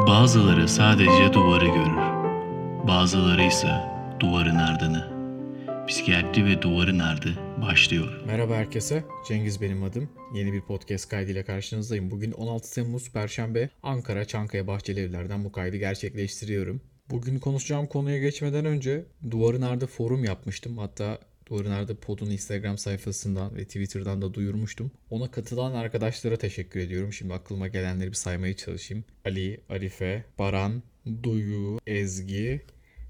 Bazıları sadece duvarı görür. Bazıları ise duvarın ardını. Psikiyatri ve duvarın ardı başlıyor. Merhaba herkese, Cengiz benim adım. Yeni bir podcast kaydıyla karşınızdayım. Bugün 16 Temmuz Perşembe, Ankara Çankaya Bahçeli Evler'den bu kaydı gerçekleştiriyorum. Bugün konuşacağım konuya geçmeden önce Duvarın Ardı forum yapmıştım. Hatta Duvarın Ardı Pod'un Instagram sayfasından ve Twitter'dan da duyurmuştum. Ona katılan arkadaşlara teşekkür ediyorum. Şimdi aklıma gelenleri bir saymaya çalışayım. Ali, Arife, Baran, Duyu, Ezgi,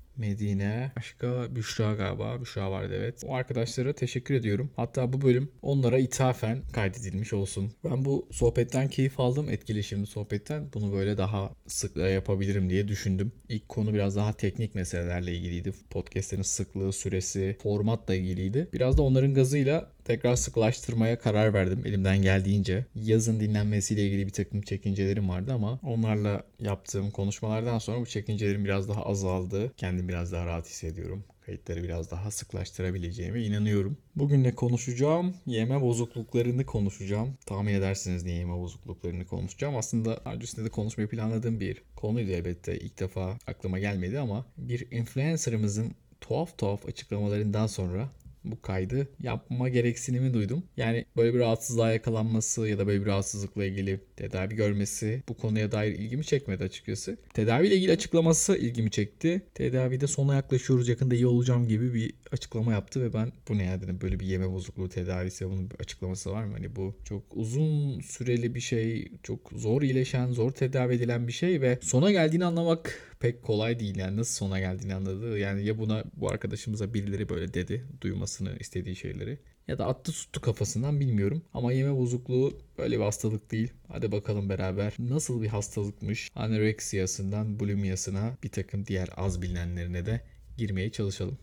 Medine, başka Büşra galiba. Büşra vardı, evet. O arkadaşlara teşekkür ediyorum. Hatta bu bölüm onlara ithafen kaydedilmiş olsun. Ben bu sohbetten keyif aldım. Etkileşimli sohbetten. Bunu böyle daha sık yapabilirim diye düşündüm. İlk konu biraz daha teknik meselelerle ilgiliydi. Podcastlerin sıklığı, süresi, formatla ilgiliydi. Biraz da onların gazıyla tekrar sıklaştırmaya karar verdim elimden geldiğince. Yazın dinlenmesiyle ilgili bir takım çekincelerim vardı ama onlarla yaptığım konuşmalardan sonra bu çekincelerim biraz daha azaldı. Kendimi biraz daha rahat hissediyorum. Kayıtları biraz daha sıklaştırabileceğime inanıyorum. Bugün ne konuşacağım? Yeme bozukluklarını konuşacağım. Tahmin edersiniz niye yeme bozukluklarını konuşacağım. Aslında öncesinde de konuşmayı planladığım bir konuydu elbette. İlk defa aklıma gelmedi ama bir influencer'ımızın tuhaf tuhaf açıklamalarından sonra bu kaydı yapma gereksinimi duydum. Yani böyle bir rahatsızlığa yakalanması ya da böyle bir rahatsızlıkla ilgili tedavi görmesi bu konuya dair ilgimi çekmedi açıkçası. Tedaviyle ilgili açıklaması ilgimi çekti. Tedavide sona yaklaşıyoruz, yakında iyi olacağım gibi bir açıklama yaptı ve ben bu ne ya dedim, böyle bir yeme bozukluğu tedavisi, bunun bir açıklaması var mı? Hani bu çok uzun süreli bir şey, çok zor iyileşen, zor tedavi edilen bir şey ve sona geldiğini anlamak pek kolay değil. Yani nasıl sona geldiğini anladı. Yani ya buna, bu arkadaşımıza birileri böyle dedi, duymasını istediği şeyleri, ya da attı tuttu kafasından, bilmiyorum. Ama yeme bozukluğu böyle bir hastalık değil. Hadi bakalım beraber nasıl bir hastalıkmış, anoreksiyasından bulimiyasına, bir takım diğer az bilinenlerine de girmeye çalışalım.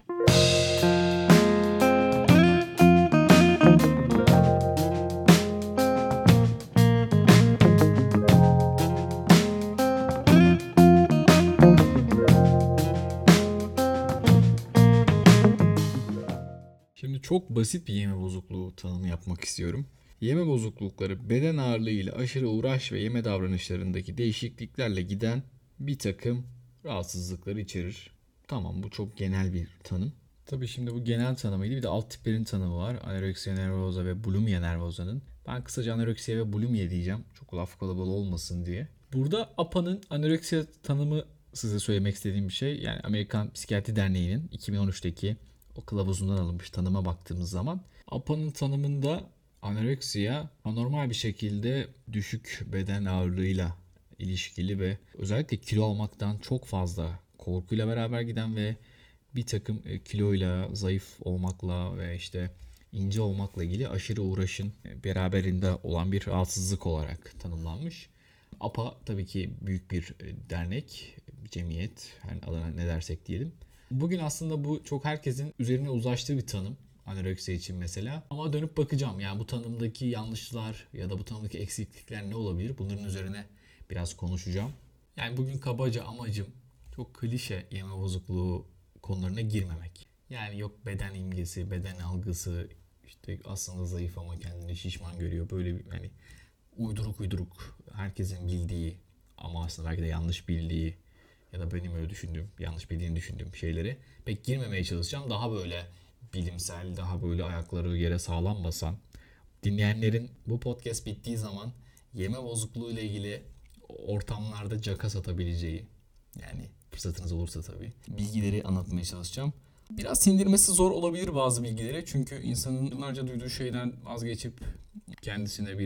Şimdi çok basit bir yeme bozukluğu tanımı yapmak istiyorum. Yeme bozuklukları beden ağırlığı ile aşırı uğraş ve yeme davranışlarındaki değişikliklerle giden bir takım rahatsızlıkları içerir. Tamam, bu çok genel bir tanım. Tabii şimdi bu genel tanımıydı. Bir de alt tiplerin tanımı var. Anoreksiya nervosa ve bulimia nervosa'nın. Ben kısaca anoreksiya ve bulimia diyeceğim. Çok laf kalabalığı olmasın diye. Burada APA'nın anoreksiya tanımı size söylemek istediğim bir şey. Yani Amerikan Psikiyatri Derneği'nin 2013'teki o kılavuzundan alınmış tanıma baktığımız zaman APA'nın tanımında anoreksiya anormal bir şekilde düşük beden ağırlığıyla ilişkili ve özellikle kilo almaktan çok fazla korkuyla beraber giden ve bir takım kiloyla, zayıf olmakla ve işte ince olmakla ilgili aşırı uğraşın beraberinde olan bir rahatsızlık olarak tanımlanmış. APA tabii ki büyük bir dernek, bir cemiyet, yani adına ne dersek diyelim. Bugün aslında bu çok herkesin üzerine uzlaştığı bir tanım. Anoreksiya için mesela. Ama dönüp bakacağım, yani bu tanımdaki yanlışlar ya da bu tanımdaki eksiklikler ne olabilir? Bunların üzerine biraz konuşacağım. Yani bugün kabaca amacım çok klişe yeme bozukluğu konularına girmemek. Yani yok beden imgesi, beden algısı, işte aslında zayıf ama kendini şişman görüyor. Böyle bir hani uyduruk uyduruk herkesin bildiği ama aslında belki de yanlış bildiği ya da benim öyle düşündüğüm, yanlış bildiğini düşündüğüm şeyleri pek girmemeye çalışacağım. Daha böyle bilimsel, daha böyle ayakları yere sağlam basan, dinleyenlerin bu podcast bittiği zaman yeme bozukluğu ile ilgili ortamlarda caka satabileceği, yani fırsatınız olursa tabii, bilgileri anlatmaya çalışacağım. Biraz sindirmesi zor olabilir bazı bilgileri, çünkü insanın yıllarca duyduğu şeyden vazgeçip kendisine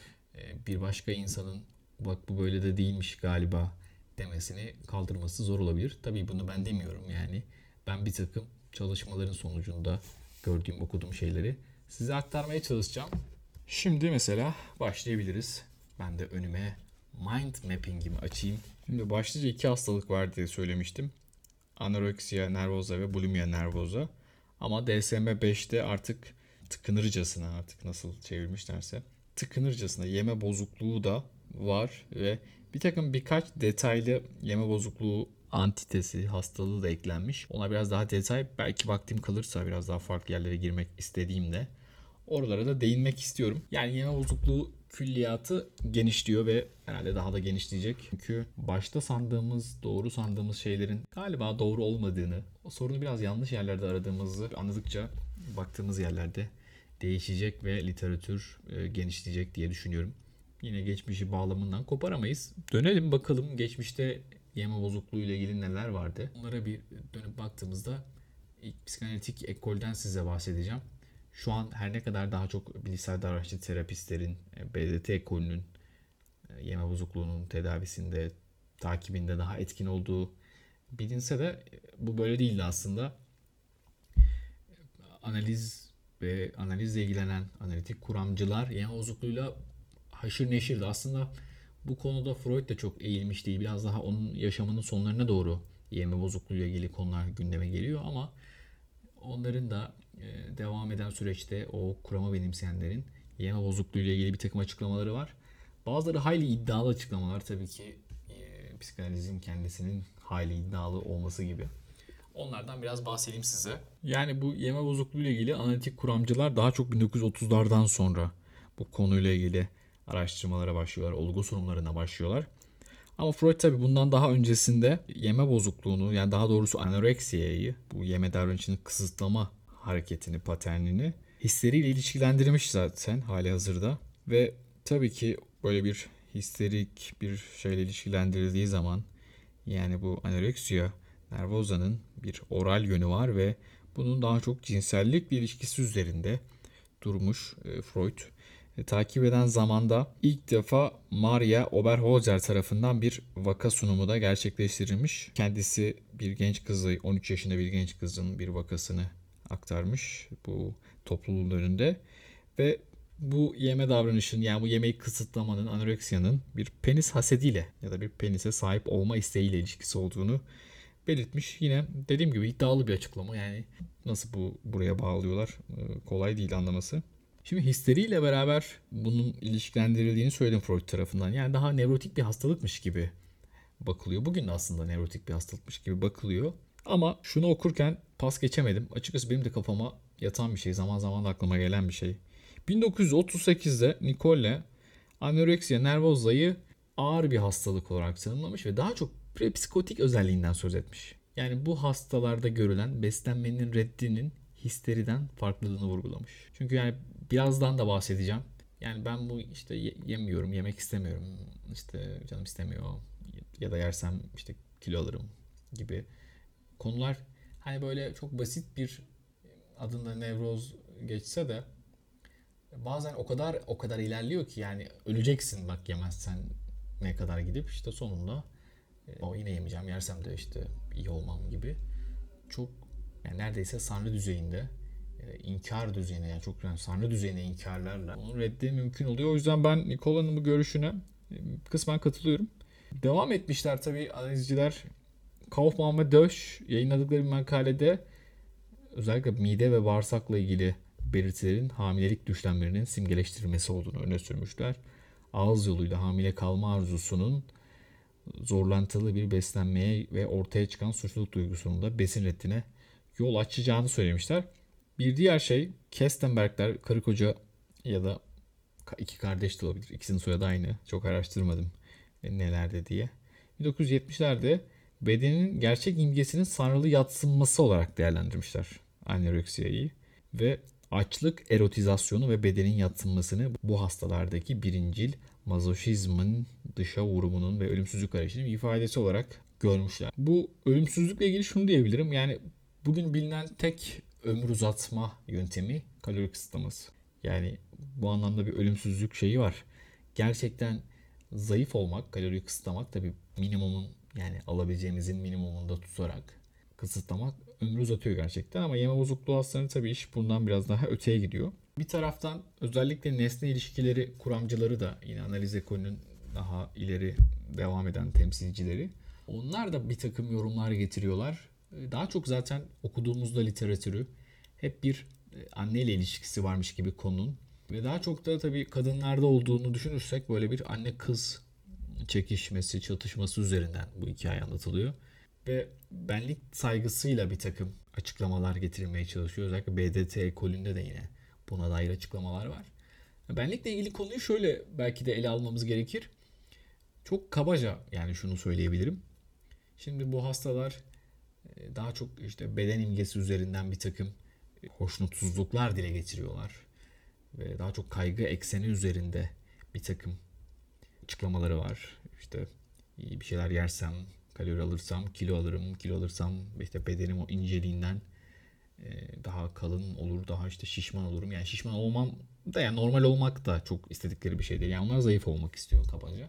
bir başka insanın bak bu böyle de değilmiş galiba demesini kaldırması zor olabilir. Tabii bunu ben demiyorum yani. Ben bir takım çalışmaların sonucunda gördüğüm, okuduğum şeyleri size aktarmaya çalışacağım. Şimdi mesela başlayabiliriz. Ben de önüme mind mapping'imi açayım. Şimdi başlıca iki hastalık var diye söylemiştim. Anoreksiya nervosa ve bulimia nervosa. Ama DSM-5'te artık tıkınırcasına, artık nasıl çevirmişlerse, tıkınırcasına yeme bozukluğu da var ve bir takım birkaç detaylı yeme bozukluğu antitesi, hastalığı da eklenmiş. Ona biraz daha detay, belki vaktim kalırsa biraz daha farklı yerlere girmek istediğimde Oralara da değinmek istiyorum. Yani yeme bozukluğu külliyatı genişliyor ve herhalde daha da genişleyecek. Çünkü başta sandığımız, doğru sandığımız şeylerin galiba doğru olmadığını, o sorunu biraz yanlış yerlerde aradığımızı anladıkça baktığımız yerlerde değişecek ve literatür genişleyecek diye düşünüyorum. Yine geçmişi bağlamından koparamayız. Dönelim bakalım geçmişte yeme bozukluğu ile ilgili neler vardı. Onlara bir dönüp baktığımızda ilk psikanalitik ekolden size bahsedeceğim. Şu an her ne kadar daha çok bilişsel davranışçı terapistlerin, BDT ekolünün yeme bozukluğunun tedavisinde, takibinde daha etkin olduğu bilinse de bu böyle değildi aslında. Analiz ve analizle ilgilenen analitik kuramcılar yeme bozukluğuyla haşır neşirdi. Aslında bu konuda Freud da çok eğilmiş değil. Biraz daha onun yaşamının sonlarına doğru yeme bozukluğuyla ilgili konular gündeme geliyor ama onların da devam eden süreçte o kuramı benimseyenlerin yeme bozukluğu ile ilgili bir takım açıklamaları var. Bazıları hayli iddialı açıklamalar, tabii ki psikanalizin kendisinin hayli iddialı olması gibi. Onlardan biraz bahsedeyim size. Yani bu yeme bozukluğu ile ilgili analitik kuramcılar daha çok 1930'lardan sonra bu konuyla ilgili araştırmalara başlıyorlar, olgu sunumlarına başlıyorlar. Ama Freud tabi bundan daha öncesinde yeme bozukluğunu, yani daha doğrusu anoreksiyayı, bu yeme davranışını kısıtlama hareketini, paternini histeriyle ilişkilendirmiş zaten hali hazırda. Ve tabii ki böyle bir histerik bir şeyle ilişkilendirildiği zaman, yani bu anoreksiya nervosa'nın bir oral yönü var ve bunun daha çok cinsellikle ilişkisi üzerinde durmuş Freud. Takip eden zamanda ilk defa Maria Oberholzer tarafından bir vaka sunumu da gerçekleştirilmiş. Kendisi bir genç kızı, 13 yaşında bir genç kızın bir vakasını aktarmış bu topluluğun önünde. Ve bu yeme davranışının, yani bu yemeği kısıtlamanın, anoreksiyanın bir penis hasediyle ya da bir penise sahip olma isteğiyle ilişkisi olduğunu belirtmiş. Yine dediğim gibi iddialı bir açıklama, yani nasıl buraya bağlıyorlar kolay değil anlaması. Şimdi histeriyle beraber bunun ilişkilendirildiğini söyledim Freud tarafından. Yani daha nevrotik bir hastalıkmış gibi bakılıyor. Bugün de aslında nevrotik bir hastalıkmış gibi bakılıyor. Ama şunu okurken pas geçemedim. Açıkçası benim de kafama yatan bir şey. Zaman zaman da aklıma gelen bir şey. 1938'de Nicole anoreksiya nervosa'yı ağır bir hastalık olarak tanımlamış ve daha çok prepsikotik özelliğinden söz etmiş. Yani bu hastalarda görülen beslenmenin reddinin histeriden farklılığını vurgulamış. Çünkü yani birazdan da bahsedeceğim. Yani ben bu işte yemiyorum, yemek istemiyorum, işte canım istemiyor ya da yersem işte kilo alırım gibi konular hani böyle çok basit bir adında nevroz geçse de bazen o kadar ilerliyor ki yani öleceksin bak yemezsen ne kadar gidip işte sonunda o yine yemeyeceğim, yersem de işte iyi olmam gibi çok yani neredeyse sanrı düzeyinde inkar düzeyine, yani çok yani sanrı düzeyine inkarlarla onun reddi mümkün oluyor. O yüzden ben Nikola'nın bu görüşüne kısmen katılıyorum. Devam etmişler tabii analizciler. Kaufman ve Dösch yayınladıkları bir makalede özellikle mide ve bağırsakla ilgili belirtilerin hamilelik düşlemlerinin simgeleştirilmesi olduğunu öne sürmüşler. Ağız yoluyla hamile kalma arzusunun zorlantılı bir beslenmeye ve ortaya çıkan suçluluk duygusunun da besin reddine yol açacağını söylemişler. Bir diğer şey Kestenbergler karı koca ya da iki kardeş de olabilir. İkisinin soyadı aynı. Çok araştırmadım nelerde diye. 1970'lerde bedenin gerçek imgesinin sanrılı yadsınması olarak değerlendirmişler anoreksiyayı ve açlık erotizasyonu ve bedenin yadsınmasını bu hastalardaki birincil mazoşizmin dışa vurumunun ve ölümsüzlük arayışının ifadesi olarak görmüşler. Bu ölümsüzlükle ilgili şunu diyebilirim. Yani bugün bilinen tek ömür uzatma yöntemi kalori kısıtlaması. Yani bu anlamda bir ölümsüzlük şeyi var. Gerçekten zayıf olmak, kalori kısıtlamak tabii minimumun, yani alabileceğimizin minimumunda tutarak kısıtlamak ömrü uzatıyor gerçekten ama yeme bozukluğu hastalarının tabii iş bundan biraz daha öteye gidiyor. Bir taraftan özellikle nesne ilişkileri kuramcıları da yine analiz ekolünün daha ileri devam eden temsilcileri. Onlar da bir takım yorumlar getiriyorlar. Daha çok zaten okuduğumuzda literatürü hep bir anneyle ilişkisi varmış gibi konunun ve daha çok da tabii kadınlarda olduğunu düşünürsek böyle bir anne kız çekişmesi, çatışması üzerinden bu hikaye anlatılıyor. Ve benlik saygısıyla bir takım açıklamalar getirilmeye çalışıyor. Özellikle BDT ekolünde de yine Buna dair açıklamalar var. Benlikle ilgili konuyu şöyle belki de ele almamız gerekir. Çok kabaca yani şunu söyleyebilirim. Şimdi bu hastalar daha çok işte beden imgesi üzerinden bir takım hoşnutsuzluklar dile getiriyorlar. Ve daha çok kaygı ekseni üzerinde bir takım açıklamaları var. İşte iyi bir şeyler yersem, kalori alırsam kilo alırım, kilo alırsam işte bedenim o inceliğinden daha kalın olur, daha işte şişman olurum. Yani şişman olmam da yani normal olmak da çok istedikleri bir şey değil. Yani onlar zayıf olmak istiyor kabaca.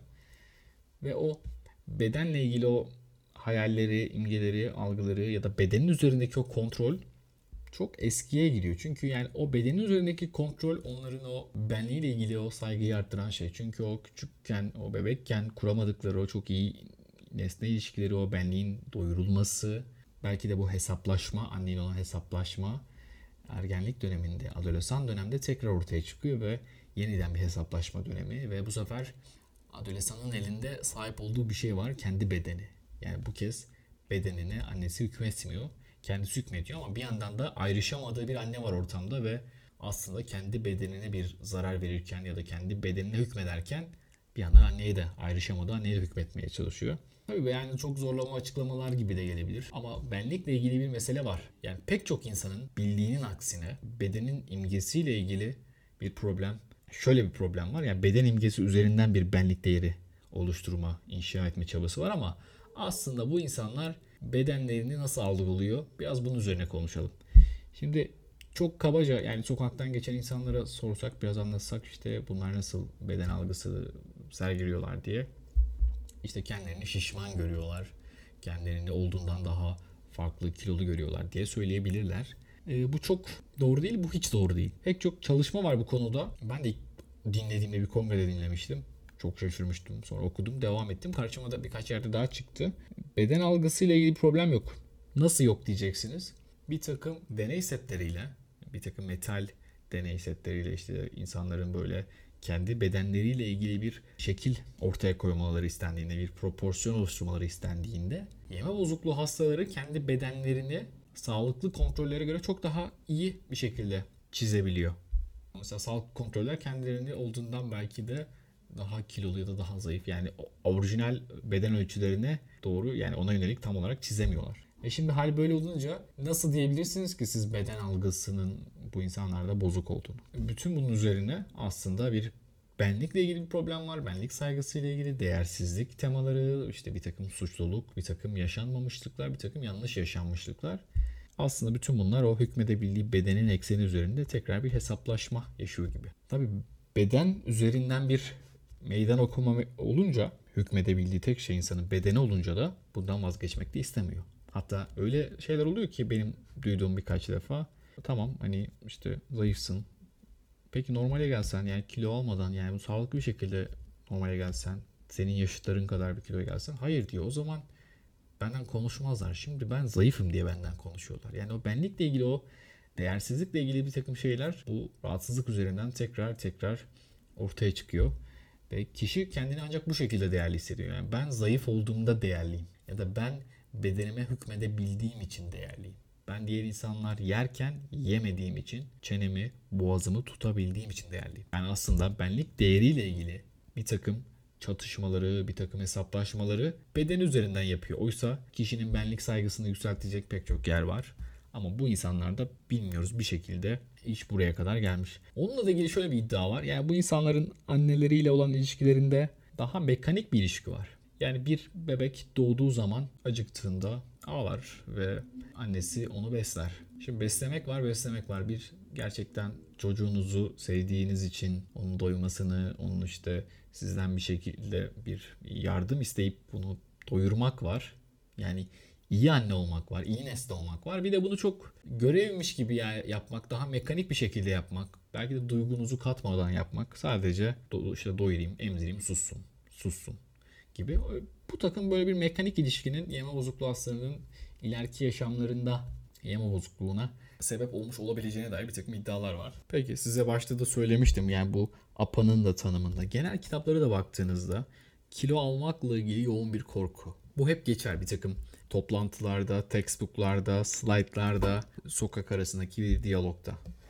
Ve o bedenle ilgili o hayalleri, imgeleri, algıları ya da bedenin üzerindeki o kontrol çok eskiye gidiyor. Çünkü yani o bedenin üzerindeki kontrol onların o benliğiyle ilgili o saygıyı arttıran şey. Çünkü o küçükken, o bebekken kuramadıkları o çok iyi nesne ilişkileri, o benliğin doyurulması, belki de bu hesaplaşma, anneyle olan hesaplaşma ergenlik döneminde, adolesan dönemde tekrar ortaya çıkıyor ve yeniden bir hesaplaşma dönemi ve bu sefer adolesanın elinde sahip olduğu bir şey var, kendi bedeni. Yani bu kez bedenine annesi hükmetmiyor. Kendisi hükmediyor ama bir yandan da ayrışamadığı bir anne var ortamda ve aslında kendi bedenine bir zarar verirken ya da kendi bedenine hükmederken bir yandan anneye de ayrışamadığı anneye de hükmetmeye çalışıyor. Tabii yani çok zorlama açıklamalar gibi de gelebilir. Ama benlikle ilgili bir mesele var. Yani pek çok insanın bildiğinin aksine bedenin imgesiyle ilgili bir problem, şöyle bir problem var. Yani beden imgesi üzerinden bir benlik değeri oluşturma, inşa etme çabası var ama aslında bu insanlar bedenlerini nasıl algılıyor? Biraz bunun üzerine konuşalım. Şimdi çok kabaca yani sokaktan geçen insanlara sorsak biraz anlatsak işte bunlar nasıl beden algısı sergiliyorlar diye. İşte kendilerini şişman görüyorlar. Kendilerini olduğundan daha farklı kilolu görüyorlar diye söyleyebilirler. Bu çok doğru değil, bu hiç doğru değil. Pek çok çalışma var bu konuda. Ben de ilk dinlediğimde bir kongrede dinlemiştim. Çok şaşırmıştım. Sonra okudum, devam ettim. Karşıma da birkaç yerde daha çıktı. Beden algısıyla ilgili bir problem yok. Nasıl yok diyeceksiniz. Bir takım deney setleriyle, bir takım metal deney setleriyle işte insanların böyle kendi bedenleriyle ilgili bir şekil ortaya koymaları istendiğinde, bir proporsiyon oluşturmaları istendiğinde yeme bozukluğu hastaları kendi bedenlerini sağlıklı kontrollere göre çok daha iyi bir şekilde çizebiliyor. Mesela sağlıklı kontroller kendilerini olduğundan belki de daha kilolu ya da daha zayıf yani orijinal beden ölçülerine doğru yani ona yönelik tam olarak çizemiyorlar. Şimdi hal böyle olunca nasıl diyebilirsiniz ki siz beden algısının bu insanlarda bozuk olduğunu? Bütün bunun üzerine aslında bir benlikle ilgili bir problem var. Benlik saygısıyla ilgili değersizlik temaları, işte bir takım suçluluk, bir takım yaşanmamışlıklar, bir takım yanlış yaşanmışlıklar. Aslında bütün bunlar o hükmedebildiği bedenin ekseni üzerinde tekrar bir hesaplaşma yaşıyor gibi. Tabii beden üzerinden bir meydan okuma olunca hükmedebildiği tek şey insanın bedeni olunca da bundan vazgeçmek de istemiyor. Hatta öyle şeyler oluyor ki benim duyduğum birkaç defa. Tamam hani işte zayıfsın. Peki normale gelsen yani kilo almadan yani bu sağlıklı bir şekilde normale gelsen senin yaşıtların kadar bir kiloya gelsen hayır diyor. O zaman benden konuşmazlar. Şimdi ben zayıfım diye benden konuşuyorlar. Yani o benlikle ilgili o değersizlikle ilgili bir takım şeyler bu rahatsızlık üzerinden tekrar ortaya çıkıyor. Ve kişi kendini ancak bu şekilde değerli hissediyor. Yani ben zayıf olduğumda değerliyim. Ya da ben bedenime hükmedebildiğim için değerliyim. Ben diğer insanlar yerken yemediğim için çenemi, boğazımı tutabildiğim için değerliyim. Yani aslında benlik değeriyle ilgili bir takım çatışmaları, bir takım hesaplaşmaları beden üzerinden yapıyor. Oysa kişinin benlik saygısını yükseltecek pek çok yer var. Ama bu insanlar da bilmiyoruz bir şekilde iş buraya kadar gelmiş. Onunla da ilgili şöyle bir iddia var. Yani bu insanların anneleriyle olan ilişkilerinde daha mekanik bir ilişki var. Yani bir bebek doğduğu zaman acıktığında ağlar ve annesi onu besler. Şimdi beslemek var, beslemek var. Bir gerçekten çocuğunuzu sevdiğiniz için onun doymasını, onun işte sizden bir şekilde bir yardım isteyip bunu doyurmak var. Yani iyi anne olmak var, iyi nesne olmak var. Bir de bunu çok görevmiş gibi yapmak, daha mekanik bir şekilde yapmak. Belki de duygunuzu katmadan yapmak. Sadece işte doyurayım, emzireyim, sussun gibi. Bu takım böyle bir mekanik ilişkinin yeme bozukluğu hastalarının ileriki yaşamlarında yeme bozukluğuna sebep olmuş olabileceğine dair bir takım iddialar var. Peki size başta da söylemiştim yani bu APA'nın da tanımında. Genel kitaplara da baktığınızda kilo almakla ilgili yoğun bir korku. Bu hep geçer bir takım toplantılarda, textbooklarda, slaytlarda, sokak arasındaki bir diyalogda.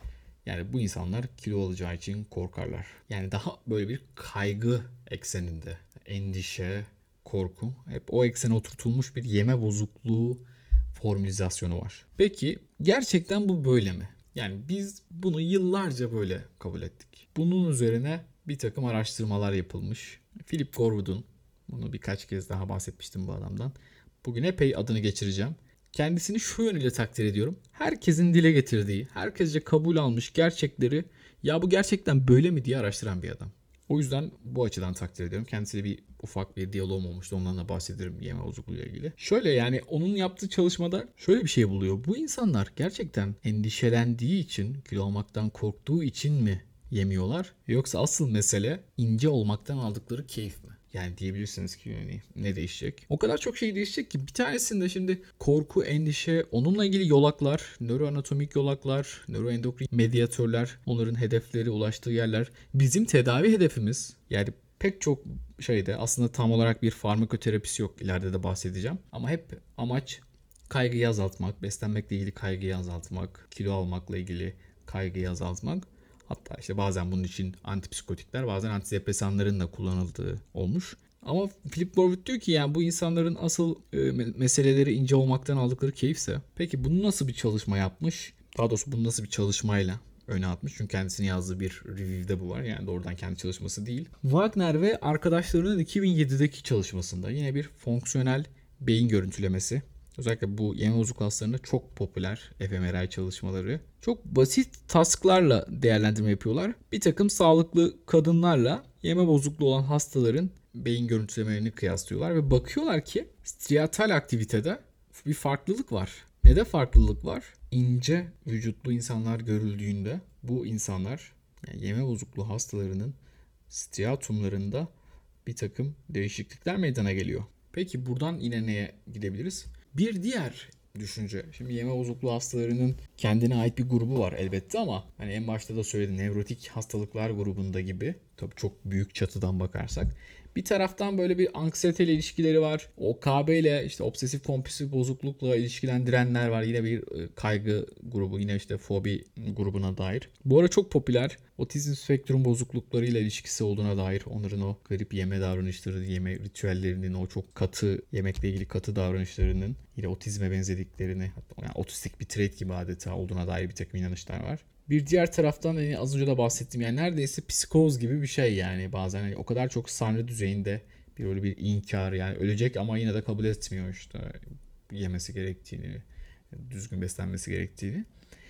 Yani bu insanlar kilo alacağı için korkarlar. Yani daha böyle bir kaygı ekseninde. Endişe, korku. Hep o eksene oturtulmuş bir yeme bozukluğu formülizasyonu var. Peki gerçekten bu böyle mi? Yani biz bunu yıllarca böyle kabul ettik. Bunun üzerine bir takım araştırmalar yapılmış. Philip Gorwood'un, bunu birkaç kez daha bahsetmiştim bu adamdan. Bugün epey adını geçireceğim. Kendisini şu yönüyle takdir ediyorum. Herkesin dile getirdiği, herkesce kabul almış gerçekleri ya bu gerçekten böyle mi diye araştıran bir adam. O yüzden bu açıdan takdir ediyorum. Kendisiyle bir ufak bir diyalogum olmuştu. Ondan da bahsederim yeme bozukluğuyla ilgili. Şöyle yani onun yaptığı çalışmada şöyle bir şey buluyor. Bu insanlar gerçekten endişelendiği için, kilo almaktan korktuğu için mi yemiyorlar? Yoksa asıl mesele ince olmaktan aldıkları keyif mi? Yani diyebilirsiniz ki yani ne değişecek? O kadar çok şey değişecek ki bir tanesinde şimdi korku, endişe, onunla ilgili yolaklar, nöroanatomik yolaklar, nöroendokrin medyatörler, onların hedefleri, ulaştığı yerler. Bizim tedavi hedefimiz yani pek çok şeyde aslında tam olarak bir farmakoterapisi yok. İleride de bahsedeceğim. Ama hep amaç kaygıyı azaltmak, beslenmekle ilgili kaygıyı azaltmak, kilo almakla ilgili kaygıyı azaltmak. Hatta işte bazen bunun için antipsikotikler, bazen antidepresanların da kullanıldığı olmuş. Ama Philip Gorwood diyor ki yani bu insanların asıl meseleleri ince olmaktan aldıkları keyifse. Peki bunu nasıl bir çalışma yapmış? Daha doğrusu bunu nasıl bir çalışmayla öne atmış? Çünkü kendisinin yazdığı bir review'de bu var. Yani doğrudan kendi çalışması değil. Wagner ve arkadaşlarının 2007'deki çalışmasında yine bir fonksiyonel beyin görüntülemesi. Özellikle bu yeme bozukluğu hastalarında çok popüler fMRI çalışmaları. Çok basit tasklarla değerlendirme yapıyorlar. Bir takım sağlıklı kadınlarla yeme bozukluğu olan hastaların beyin görüntülemelerini kıyaslıyorlar ve bakıyorlar ki striatal aktivitede bir farklılık var. Ne de farklılık var? İnce vücutlu insanlar görüldüğünde bu insanlar yani yeme bozukluğu hastalarının striatumlarında bir takım değişiklikler meydana geliyor. Peki buradan yine neye gidebiliriz? Bir diğer düşünce. Şimdi yeme bozukluğu hastalarının kendine ait bir grubu var elbette ama hani en başta da söyledim nevrotik hastalıklar grubunda gibi. Tabii çok büyük çatıdan bakarsak. Bir taraftan böyle bir anksiyeteyle ilişkileri var. OKB ile işte obsesif kompulsif bozuklukla ilişkilendirenler var. Yine bir kaygı grubu, yine işte fobi grubuna dair. Bu ara çok popüler otizm spektrum bozukluklarıyla ilişkisi olduğuna dair onların o garip yeme davranışları, yeme ritüellerinin, o çok katı yemekle ilgili katı davranışlarının yine otizme benzediklerini, yani otistik bir trait gibi adeta olduğuna dair bir takım inanışlar var. Bir diğer taraftan hani az önce de bahsettim yani neredeyse psikoz gibi bir şey yani bazen hani o kadar çok sanrı düzeyinde bir öyle bir inkar yani ölecek ama yine de kabul etmiyor işte yemesi gerektiğini, düzgün beslenmesi gerektiğini.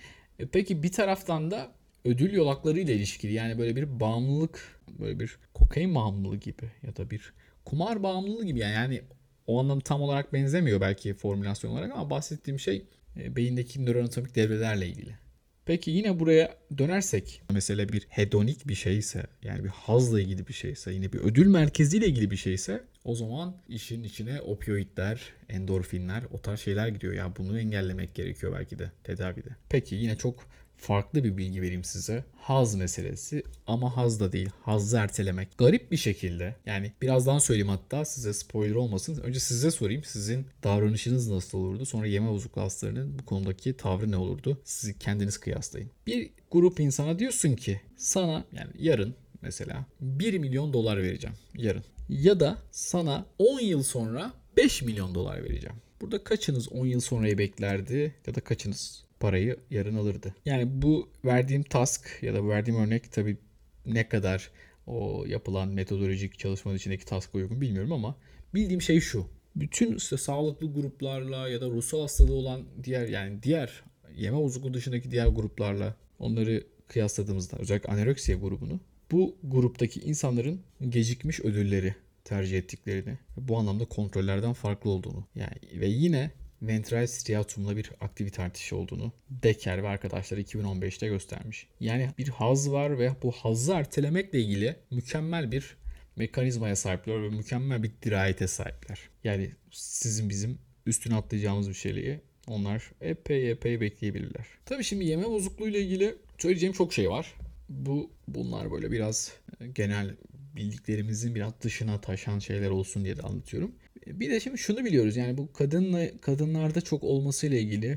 Peki bir taraftan da ödül yolaklarıyla ilişkili yani böyle bir bağımlılık, böyle bir kokain bağımlılığı gibi ya da bir kumar bağımlılığı gibi yani o anlamda tam olarak benzemiyor belki formülasyon olarak ama bahsettiğim şey beyindeki nöroanatomik devrelerle ilgili. Peki yine buraya dönersek mesela bir hedonik bir şeyse yani bir hazla ilgili bir şeyse yine bir ödül merkeziyle ilgili bir şeyse o zaman işin içine opioidler, endorfinler o tarz şeyler gidiyor. Ya bunu engellemek gerekiyor belki de tedavide. Peki yine çok farklı bir bilgi vereyim size. Haz meselesi ama haz da değil. Hazzı ertelemek. Garip bir şekilde yani birazdan söyleyeyim hatta size spoiler olmasın. Önce size sorayım. Sizin davranışınız nasıl olurdu? Sonra yeme bozukluğu hastalarının bu konudaki tavrı ne olurdu? Siz kendiniz kıyaslayın. Bir grup insana diyorsun ki sana yani yarın mesela 1 milyon dolar vereceğim. Yarın. Ya da sana 10 yıl sonra 5 milyon dolar vereceğim. Burada kaçınız 10 yıl sonrayı beklerdi ya da kaçınız parayı yarın alırdı? Yani bu verdiğim task ya da bu verdiğim örnek tabii ne kadar o yapılan metodolojik çalışmanın içindeki task'a uygun bilmiyorum ama bildiğim şey şu. Bütün işte sağlıklı gruplarla ya da ruhsal hastalığı olan diğer yeme bozukluğu dışındaki diğer gruplarla onları kıyasladığımızda özellikle anoreksiya grubunu bu gruptaki insanların gecikmiş ödülleri tercih ettiklerini, bu anlamda kontrollerden farklı olduğunu yani ve yine ventral striatumla bir aktivite artışı olduğunu Decker ve arkadaşları 2015'te göstermiş. Yani bir haz var ve bu hazzı ertelemekle ilgili mükemmel bir mekanizmaya sahipler ve mükemmel bir dirayete sahipler. Yani sizin bizim üstüne atlayacağımız bir şeyi onlar epey bekleyebilirler. Tabii şimdi yeme bozukluğu ile ilgili söyleyeceğim çok şey var. Bunlar böyle biraz genel bildiklerimizin biraz dışına taşan şeyler olsun diye de anlatıyorum. Bir de şimdi şunu biliyoruz yani bu kadınlarda çok olmasıyla ilgili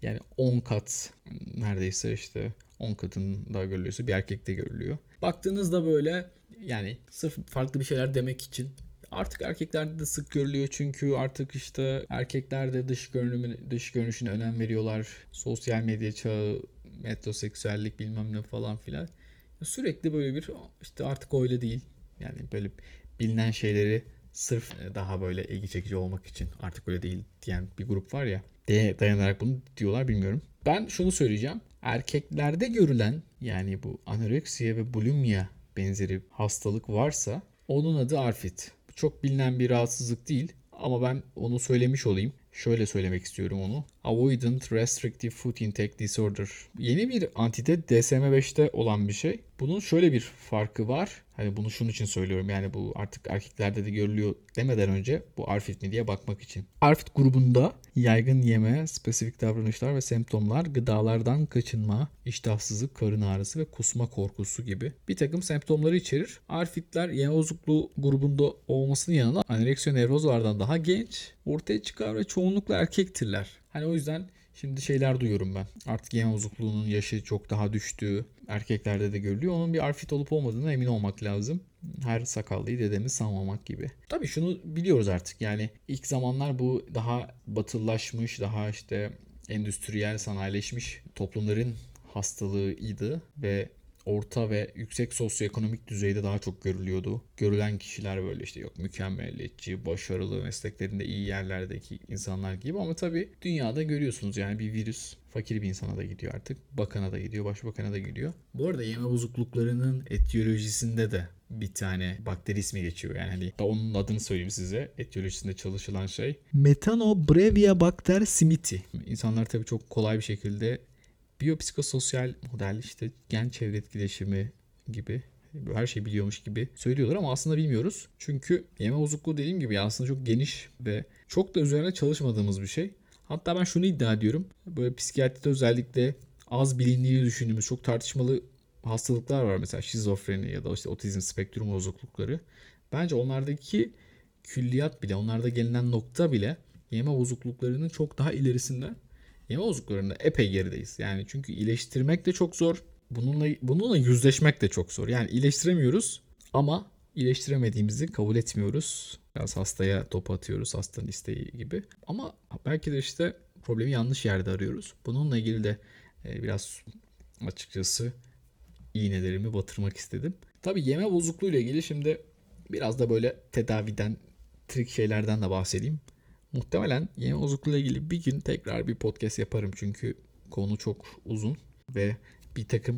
Yani 10 kat neredeyse işte 10 katın daha görülüyorsa bir erkekte görülüyor. Baktığınızda böyle yani sırf farklı bir şeyler demek için artık erkeklerde de sık görülüyor çünkü artık işte erkekler de dış görünüşüne önem veriyorlar. Sosyal medya çağı, metroseksüellik bilmem ne falan filan. Sürekli böyle bir işte artık öyle değil. Yani böyle bilinen şeyleri sırf daha böyle ilgi çekici olmak için artık öyle değil diyen bir grup var ya. Dayanarak bunu diyorlar bilmiyorum. Ben şunu söyleyeceğim. Erkeklerde görülen yani bu anoreksiya ve bulimia benzeri hastalık varsa onun adı ARFID. Çok bilinen bir rahatsızlık değil ama ben onu söylemiş olayım. Şöyle söylemek istiyorum onu. Avoidant Restrictive Food Intake Disorder. Yeni bir antide DSM-5'te olan bir şey. Bunun şöyle bir farkı var. Hani bunu şunun için söylüyorum. Yani bu artık erkeklerde de görülüyor demeden önce bu ARFID mi diye bakmak için. ARFID grubunda yaygın yeme, spesifik davranışlar ve semptomlar, gıdalardan kaçınma, iştahsızlık, karın ağrısı ve kusma korkusu gibi bir takım semptomları içerir. ARFID'ler yeme bozukluğu grubunda olmasının yanında anoreksiya nevrozlardan daha genç ortaya çıkar ve çoğunlukla erkektirler. Hani o yüzden şimdi şeyler duyuyorum ben. Artık yeme bozukluğunun yaşı çok daha düştüğü erkeklerde de görülüyor. Onun bir ARFID olup olmadığına emin olmak lazım. Her sakallıyı dedemiz sanmamak gibi. Tabii şunu biliyoruz artık yani ilk zamanlar bu daha batılılaşmış, daha işte endüstriyel sanayileşmiş toplumların hastalığıydı ve orta ve yüksek sosyoekonomik düzeyde daha çok görülüyordu. Görülen kişiler böyle işte yok mükemmeliyetçi, başarılı, mesleklerinde iyi yerlerdeki insanlar gibi ama tabii dünyada görüyorsunuz yani bir virüs fakir bir insana da gidiyor artık. Bakana da gidiyor, başbakana da gidiyor. Bu arada yeme bozukluklarının etiyolojisinde de bir tane bakteri ismi geçiyor. Yani hani onun adını söyleyeyim size. Etiyolojisinde çalışılan şey. Methanobrevibacter smithii. İnsanlar tabii çok kolay bir şekilde biyopsikososyal model işte gen çevre etkileşimi gibi her şeyi biliyormuş gibi söylüyorlar ama aslında bilmiyoruz. Çünkü yeme bozukluğu dediğim gibi aslında çok geniş ve çok da üzerine çalışmadığımız bir şey. Hatta ben şunu iddia ediyorum. Böyle psikiyatride özellikle az bilindiğini düşündüğümüz çok tartışmalı hastalıklar var. Mesela şizofreni ya da işte otizm spektrum bozuklukları. Bence onlardaki külliyat bile, onlarda gelinen nokta bile yeme bozukluklarının çok daha ilerisinde. Yeme bozukluklarında epey gerideyiz. Yani çünkü iyileştirmek de çok zor. Bununla yüzleşmek de çok zor. Yani iyileştiremiyoruz ama iyileştiremediğimizi kabul etmiyoruz. Biraz hastaya top atıyoruz hastanın isteği gibi. Ama belki de işte problemi yanlış yerde arıyoruz. Bununla ilgili de biraz açıkçası iğnelerimi batırmak istedim. Tabii yeme bozukluğu ile ilgili şimdi biraz da böyle tedaviden, trik şeylerden de bahsedeyim. Muhtemelen yeme bozukluğu ile ilgili bir gün tekrar bir podcast yaparım çünkü konu çok uzun ve bir takım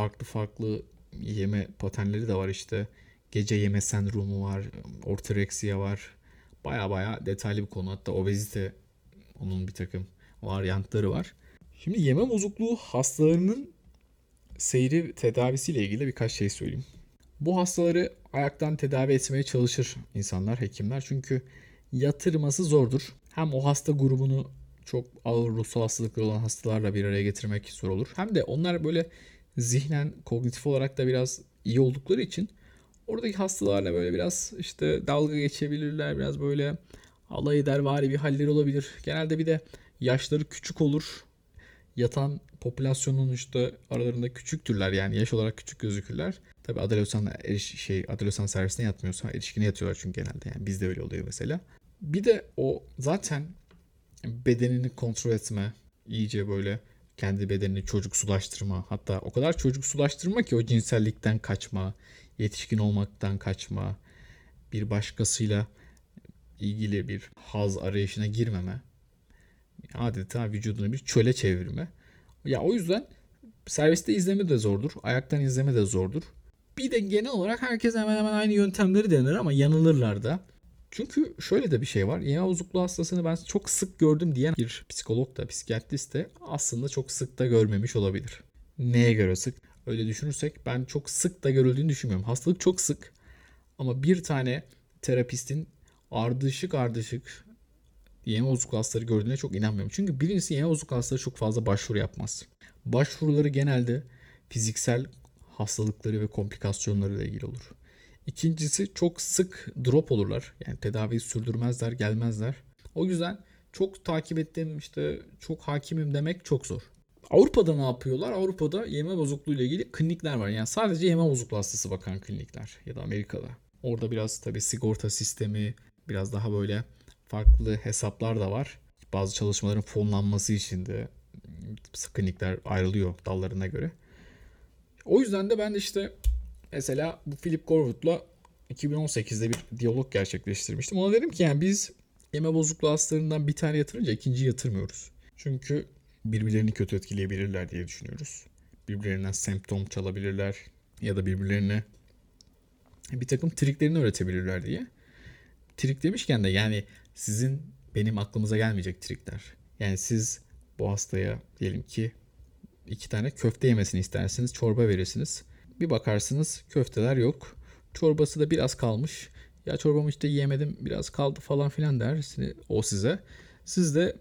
farklı yeme paternleri de var işte. Gece yeme sendromu var, ortoreksiya var. Baya detaylı bir konu. Hatta obezite onun bir takım varyantları var. Şimdi yeme bozukluğu hastalarının seyri tedavisiyle ilgili birkaç şey söyleyeyim. Bu hastaları ayaktan tedavi etmeye çalışır insanlar, hekimler. Çünkü yatırması zordur. Hem o hasta grubunu çok ağır ruhsal hastalıkları olan hastalarla bir araya getirmek zor olur. Hem de onlar böyle zihnen, kognitif olarak da biraz iyi oldukları için oradaki hastalarla böyle biraz işte dalga geçebilirler. Biraz böyle alay edervari bir halleri olabilir. Genelde bir de yaşları küçük olur. Yatan popülasyonun işte aralarında küçüktürler yani yaş olarak küçük gözükürler. Tabi adolesan servisine yatmıyorsa erişkine yatıyorlar çünkü genelde yani bizde öyle oluyor mesela. Bir de o zaten bedenini kontrol etme, iyice böyle kendi bedenini çocuksulaştırma, hatta o kadar çocuksulaştırma ki o cinsellikten kaçma, yetişkin olmaktan kaçma, bir başkasıyla ilgili bir haz arayışına girmeme, adeta vücudunu bir çöle çevirme. Ya o yüzden serviste izleme de zordur. Ayaktan izleme de zordur. Bir de genel olarak herkes hemen hemen aynı yöntemleri dener ama yanılırlar da. Çünkü şöyle de bir şey var. Yeme bozukluğu hastasını ben çok sık gördüm diyen bir psikolog da psikiyatrist de aslında çok sık da görmemiş olabilir. Neye göre sık? Öyle düşünürsek ben çok sık da görüldüğünü düşünmüyorum. Hastalık çok sık ama bir tane terapistin ardışık yeme bozukluğu hastaları gördüğüne çok inanmıyorum. Çünkü birincisi yeme bozukluğu hastaları çok fazla başvuru yapmaz. Başvuruları genelde fiziksel hastalıkları ve komplikasyonları ile ilgili olur. İkincisi çok sık drop olurlar. Yani tedaviyi sürdürmezler, gelmezler. O yüzden çok takip ettiğim işte çok hakimim demek çok zor. Avrupa'da ne yapıyorlar? Avrupa'da yeme bozukluğu ile ilgili klinikler var. Yani sadece yeme bozukluğu hastası bakan klinikler ya da Amerika'da. Orada biraz tabii sigorta sistemi, biraz daha böyle farklı hesaplar da var. Bazı çalışmaların fonlanması için de klinikler ayrılıyor dallarına göre. O yüzden de ben de işte mesela bu Philip Gorwood'la 2018'de bir diyalog gerçekleştirmiştim. Ona dedim ki yani biz yeme bozukluğu hastalarından bir tane yatırınca ikinciyi yatırmıyoruz. Çünkü birbirlerini kötü etkileyebilirler diye düşünüyoruz. Birbirlerinden semptom çalabilirler ya da birbirlerine bir takım triklerini öğretebilirler diye. Trik demişken de yani sizin benim aklımıza gelmeyecek trikler. Yani siz bu hastaya diyelim ki 2 tane köfte yemesini istersiniz, çorba verirsiniz. Bir bakarsınız köfteler yok. Çorbası da biraz kalmış. Ya çorbamı işte yemedim biraz kaldı falan filan der o size. Siz de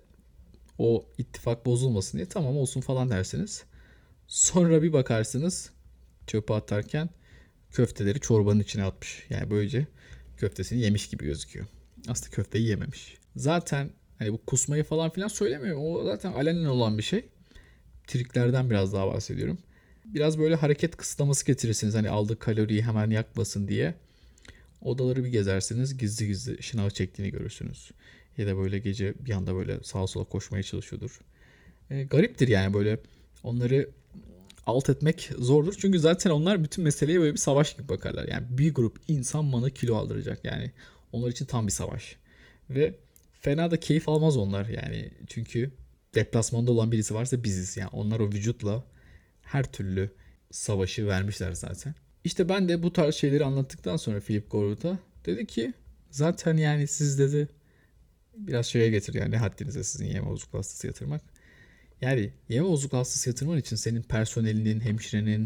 o ittifak bozulmasın diye tamam olsun falan dersiniz. Sonra bir bakarsınız çöpe atarken köfteleri çorbanın içine atmış. Yani böylece köftesini yemiş gibi gözüküyor. Aslında köfteyi yememiş. Zaten hani bu kusmayı falan filan söylemiyorum. O zaten alenen olan bir şey. Triklerden biraz daha bahsediyorum. Biraz böyle hareket kısıtlaması getirirsiniz. Hani aldığı kaloriyi hemen yakmasın diye. Odaları bir gezersiniz. Gizli gizli şınav çektiğini görürsünüz. Ya da böyle gece bir anda böyle sağa sola koşmaya çalışıyordur. Gariptir yani böyle onları alt etmek zordur. Çünkü zaten onlar bütün meseleye böyle bir savaş gibi bakarlar. Yani bir grup insan bana kilo aldıracak. Yani onlar için tam bir savaş. Ve fena da keyif almaz onlar yani. Çünkü deplasmanda olan birisi varsa biziz. Yani onlar o vücutla her türlü savaşı vermişler zaten. İşte ben de bu tarz şeyleri anlattıktan sonra Philip Gorut'a dedi ki zaten yani siz dedi biraz şeye getir yani ne haddinize sizin yeme bozukluğu hastası yatırmak. Yani yeme bozukluğu hastası yatırman için senin personelinin, hemşirenin,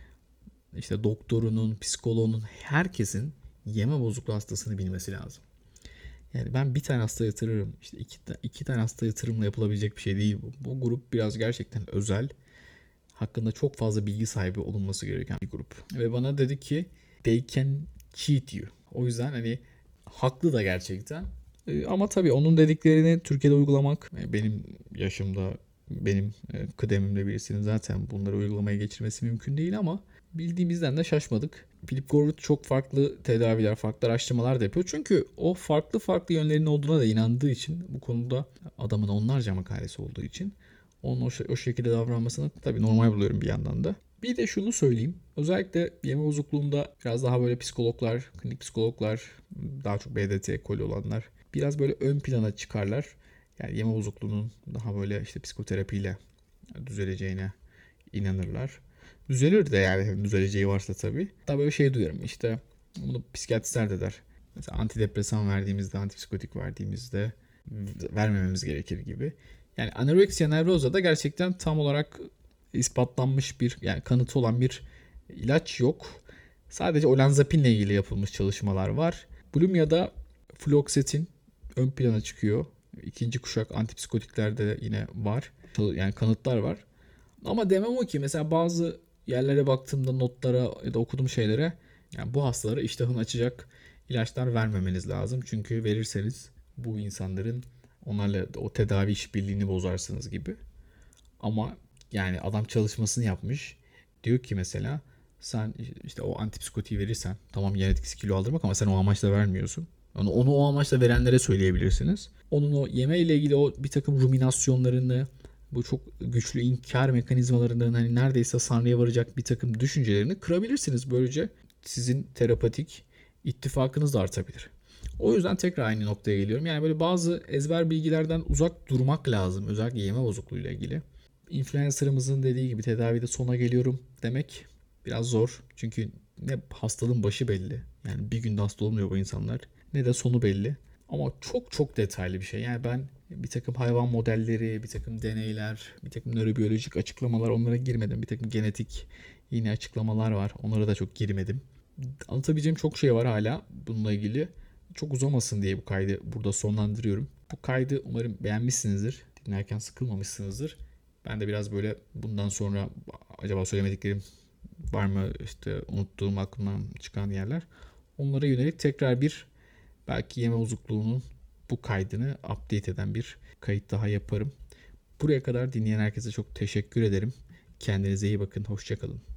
işte doktorunun, psikoloğunun herkesin yeme bozukluğu hastasını bilmesi lazım. Yani ben bir tane hasta yatırırım. İşte iki tane hasta yatırımla yapılabilecek bir şey değil bu. Bu grup biraz gerçekten özel. Hakkında çok fazla bilgi sahibi olunması gereken bir grup. Ve bana dedi ki they can cheat you. O yüzden hani haklı da gerçekten. Ama tabii onun dediklerini Türkiye'de uygulamak benim yaşımda benim kıdemimde birisinin zaten bunları uygulamaya geçirmesi mümkün değil ama bildiğimizden de şaşmadık. Philip Gorwood çok farklı tedaviler, farklı araştırmalar da yapıyor. Çünkü o farklı farklı yönlerinin olduğuna da inandığı için bu konuda adamın onlarca makalesi olduğu için onun o şekilde davranmasını tabii normal buluyorum bir yandan da. Bir de şunu söyleyeyim. Özellikle yeme bozukluğunda biraz daha böyle psikologlar, klinik psikologlar, daha çok BDT ekolü olanlar biraz böyle ön plana çıkarlar. Yani yeme bozukluğunun daha böyle işte psikoterapiyle düzeleceğine inanırlar. Düzelir de yani düzeleceği varsa tabii. Daha böyle şey duyuyorum işte bunu psikiyatristler de der. Mesela antidepresan verdiğimizde, antipsikotik verdiğimizde vermememiz gerekir gibi. Yani anoreksiya nervoza da gerçekten tam olarak ispatlanmış bir yani kanıtı olan bir ilaç yok. Sadece olanzapinle ilgili yapılmış çalışmalar var. Bulimia'da fluoksetin ön plana çıkıyor. İkinci kuşak antipsikotiklerde de yine var. Yani kanıtlar var. Ama demem o ki mesela bazı yerlere baktığımda notlara ya da okuduğum şeylere yani bu hastalara iştahını açacak ilaçlar vermemeniz lazım. Çünkü verirseniz bu insanların onlarla o tedavi işbirliğini bozarsınız gibi. Ama yani adam çalışmasını yapmış. Diyor ki mesela sen işte o antipsikotiği verirsen tamam yan etkisi kilo aldırmak ama sen o amaçla vermiyorsun. Onu o amaçla verenlere söyleyebilirsiniz. Onun o yeme ile ilgili o bir takım ruminasyonlarını bu çok güçlü inkar mekanizmalarından hani neredeyse sanrıya varacak bir takım düşüncelerini kırabilirsiniz. Böylece sizin terapatik ittifakınız da artabilir. O yüzden tekrar aynı noktaya geliyorum. Yani böyle bazı ezber bilgilerden uzak durmak lazım. Özellikle yeme bozukluğuyla ilgili. Influencer'ımızın dediği gibi tedavide sona geliyorum demek biraz zor. Çünkü ne hastalığın başı belli. Yani bir günde hasta olmuyor bu insanlar. Ne de sonu belli. Ama çok çok detaylı bir şey. Yani ben bir takım hayvan modelleri, bir takım deneyler, bir takım nörobiyolojik açıklamalar onlara girmedim. Bir takım genetik yine açıklamalar var. Onlara da çok girmedim. Anlatabileceğim çok şey var hala bununla ilgili. Çok uzamasın diye bu kaydı burada sonlandırıyorum. Bu kaydı umarım beğenmişsinizdir. Dinlerken sıkılmamışsınızdır. Ben de biraz böyle bundan sonra acaba söylemediklerim var mı işte unuttuğum aklımdan çıkan yerler. Onlara yönelik tekrar bir belki yeme bozukluğunun bu kaydını update eden bir kayıt daha yaparım. Buraya kadar dinleyen herkese çok teşekkür ederim. Kendinize iyi bakın. Hoşça kalın.